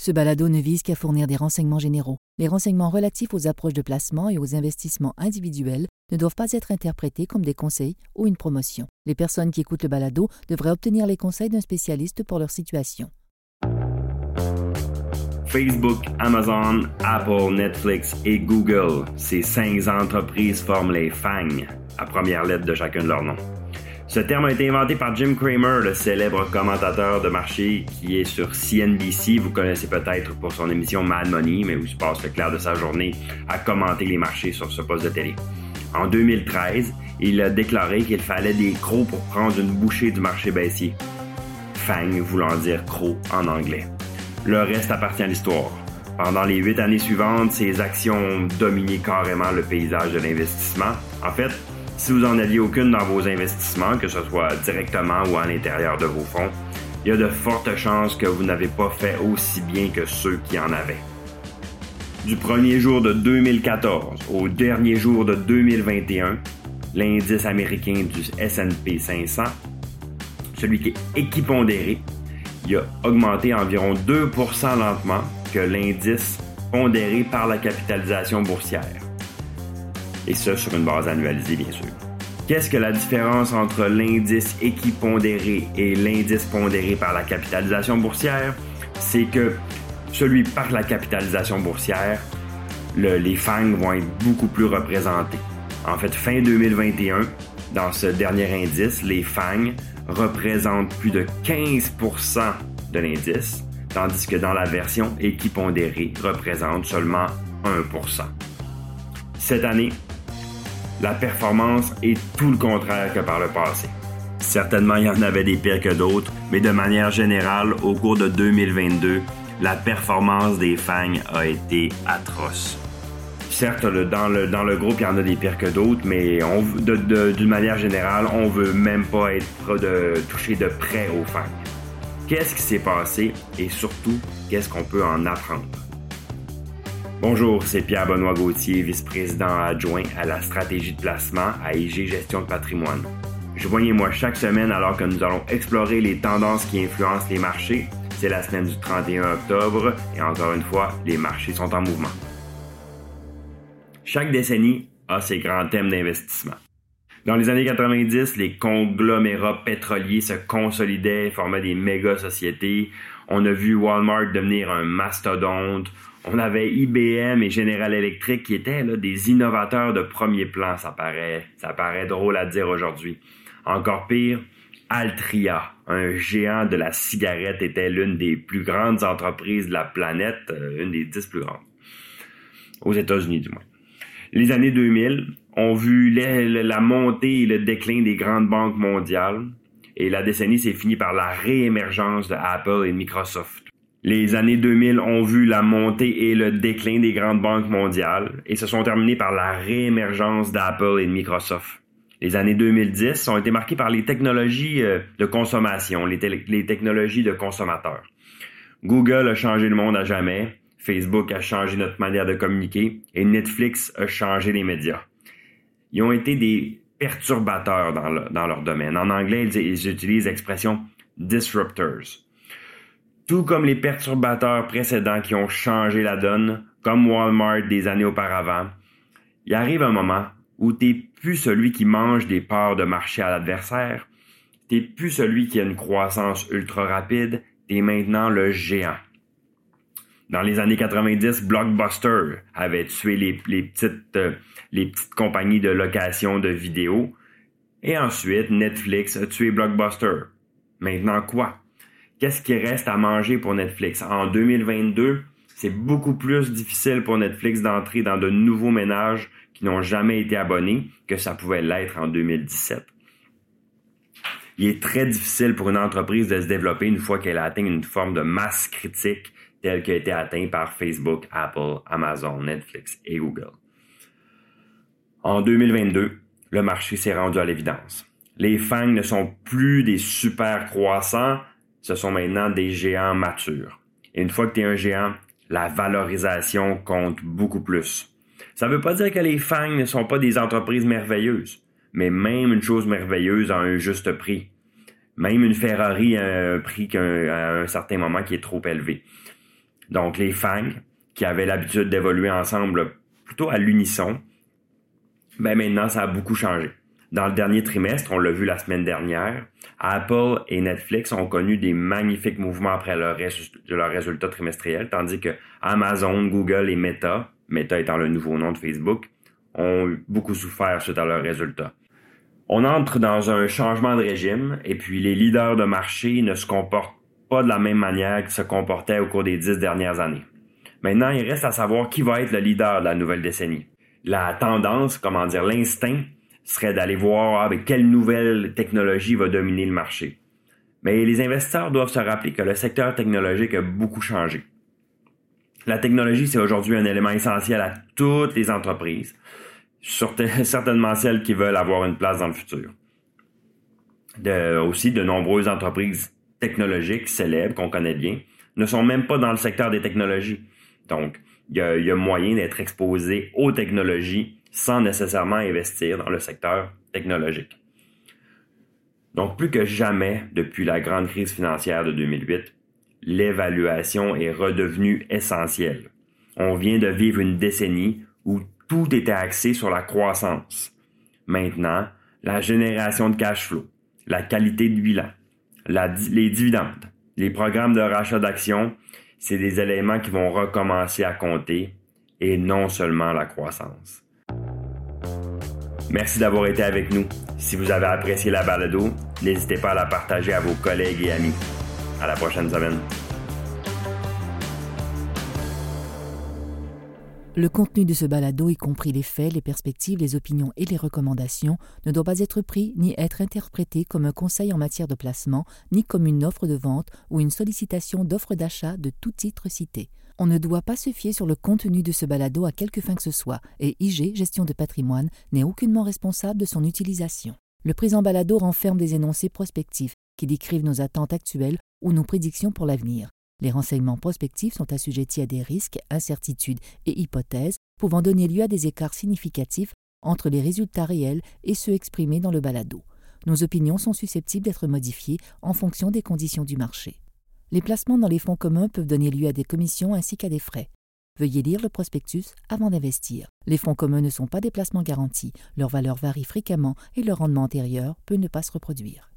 Ce balado ne vise qu'à fournir des renseignements généraux. Les renseignements relatifs aux approches de placement et aux investissements individuels ne doivent pas être interprétés comme des conseils ou une promotion. Les personnes qui écoutent le balado devraient obtenir les conseils d'un spécialiste pour leur situation. Facebook, Amazon, Apple, Netflix et Google, ces 5 entreprises forment les FANG, la première lettre de chacun de leurs noms. Ce terme a été inventé par Jim Cramer, le célèbre commentateur de marché qui est sur CNBC. Vous connaissez peut-être pour son émission Mad Money, mais où il se passe le clair de sa journée à commenter les marchés sur ce poste de télé. En 2013, il a déclaré qu'il fallait des crocs pour prendre une bouchée du marché baissier. FANG voulant dire croc en anglais. Le reste appartient à l'histoire. Pendant les 8 années suivantes, ces actions ont dominé carrément le paysage de l'investissement. En fait, si vous n'en aviez aucune dans vos investissements, que ce soit directement ou à l'intérieur de vos fonds, il y a de fortes chances que vous n'avez pas fait aussi bien que ceux qui en avaient. Du premier jour de 2014 au dernier jour de 2021, l'indice américain du S&P 500, celui qui est équipondéré, il a augmenté environ 2% lentement que l'indice pondéré par la capitalisation boursière. Et ça sur une base annualisée, bien sûr. Qu'est-ce que la différence entre l'indice équipondéré et l'indice pondéré par la capitalisation boursière? C'est que celui par la capitalisation boursière, les FANG vont être beaucoup plus représentés. En fait, fin 2021, dans ce dernier indice, les FANG représentent plus de 15% de l'indice, tandis que dans la version équipondérée, représente seulement 1%. Cette année, la performance est tout le contraire que par le passé. Certainement, il y en avait des pires que d'autres, mais de manière générale, au cours de 2022, la performance des FANG a été atroce. Certes, dans le groupe, il y en a des pires que d'autres, mais d'une manière générale, on veut même pas être touché de près aux FANG. Qu'est-ce qui s'est passé et surtout, qu'est-ce qu'on peut en apprendre? Bonjour, c'est Pierre-Benoît Gauthier, vice-président adjoint à la stratégie de placement à IG Gestion de patrimoine. Joignez-moi chaque semaine alors que nous allons explorer les tendances qui influencent les marchés. C'est la semaine du 31 octobre et encore une fois, les marchés sont en mouvement. Chaque décennie a ses grands thèmes d'investissement. Dans les années 90, les conglomérats pétroliers se consolidaient, formaient des méga-sociétés. On a vu Walmart devenir un mastodonte. On avait IBM et General Electric qui étaient des innovateurs de premier plan. Ça paraît drôle à dire aujourd'hui. Encore pire, Altria, un géant de la cigarette, était l'une des plus grandes entreprises de la planète, une des 10 plus grandes. Aux États-Unis du moins. Les années 2000 ont vu la montée et le déclin des grandes banques mondiales et la décennie s'est finie par la réémergence de Apple et de Microsoft. Les années 2000 ont vu la montée et le déclin des grandes banques mondiales et se sont terminées par la réémergence d'Apple et de Microsoft. Les années 2010 ont été marquées par les technologies de consommation, les technologies de consommateurs. Google a changé le monde à jamais. Facebook a changé notre manière de communiquer et Netflix a changé les médias. Ils ont été des perturbateurs dans leur domaine. En anglais, ils utilisent l'expression « disruptors ». Tout comme les perturbateurs précédents qui ont changé la donne, comme Walmart des années auparavant, il arrive un moment où t'es plus celui qui mange des parts de marché à l'adversaire, t'es plus celui qui a une croissance ultra rapide, t'es maintenant le géant. Dans les années 90, Blockbuster avait tué les petites compagnies de location de vidéos. Et ensuite, Netflix a tué Blockbuster. Maintenant quoi? Qu'est-ce qui reste à manger pour Netflix? En 2022, c'est beaucoup plus difficile pour Netflix d'entrer dans de nouveaux ménages qui n'ont jamais été abonnés que ça pouvait l'être en 2017. Il est très difficile pour une entreprise de se développer une fois qu'elle a atteint une forme de masse critique telle qu'elle a été atteinte par Facebook, Apple, Amazon, Netflix et Google. En 2022, le marché s'est rendu à l'évidence. Les FANG ne sont plus des super croissants, ce sont maintenant des géants matures. Et une fois que tu es un géant, la valorisation compte beaucoup plus. Ça ne veut pas dire que les FANG ne sont pas des entreprises merveilleuses, mais même une chose merveilleuse a un juste prix. Même une Ferrari a un prix à un certain moment qui est trop élevé. Donc, les FANG, qui avaient l'habitude d'évoluer ensemble plutôt à l'unisson, maintenant, ça a beaucoup changé. Dans le dernier trimestre, on l'a vu la semaine dernière, Apple et Netflix ont connu des magnifiques mouvements après leurs résultats trimestriels, tandis que Amazon, Google et Meta étant le nouveau nom de Facebook, ont beaucoup souffert suite à leurs résultats. On entre dans un changement de régime et puis les leaders de marché ne se comportent pas de la même manière qu'ils se comportaient au cours des 10 dernières années. Maintenant, il reste à savoir qui va être le leader de la nouvelle décennie. La tendance, l'instinct, serait d'aller voir avec quelle nouvelle technologie va dominer le marché. Mais les investisseurs doivent se rappeler que le secteur technologique a beaucoup changé. La technologie, c'est aujourd'hui un élément essentiel à toutes les entreprises, certainement celles qui veulent avoir une place dans le futur. Aussi, de nombreuses entreprises technologiques célèbres qu'on connaît bien ne sont même pas dans le secteur des technologies. Donc, il y a moyen d'être exposé aux technologies sans nécessairement investir dans le secteur technologique. Donc, plus que jamais, depuis la grande crise financière de 2008, l'évaluation est redevenue essentielle. On vient de vivre une décennie où tout était axé sur la croissance. Maintenant, la génération de cash flow, la qualité de bilan, les dividendes, les programmes de rachat d'actions, c'est des éléments qui vont recommencer à compter et non seulement la croissance. Merci d'avoir été avec nous. Si vous avez apprécié la balado, n'hésitez pas à la partager à vos collègues et amis. À la prochaine semaine. Le contenu de ce balado, y compris les faits, les perspectives, les opinions et les recommandations, ne doit pas être pris ni être interprété comme un conseil en matière de placement, ni comme une offre de vente ou une sollicitation d'offre d'achat de tout titre cité. On ne doit pas se fier sur le contenu de ce balado à quelque fin que ce soit, et IG, Gestion de patrimoine, n'est aucunement responsable de son utilisation. Le présent balado renferme des énoncés prospectifs qui décrivent nos attentes actuelles ou nos prédictions pour l'avenir. Les renseignements prospectifs sont assujettis à des risques, incertitudes et hypothèses pouvant donner lieu à des écarts significatifs entre les résultats réels et ceux exprimés dans le balado. Nos opinions sont susceptibles d'être modifiées en fonction des conditions du marché. Les placements dans les fonds communs peuvent donner lieu à des commissions ainsi qu'à des frais. Veuillez lire le prospectus avant d'investir. Les fonds communs ne sont pas des placements garantis, leur valeur varie fréquemment et leur rendement antérieur peut ne pas se reproduire.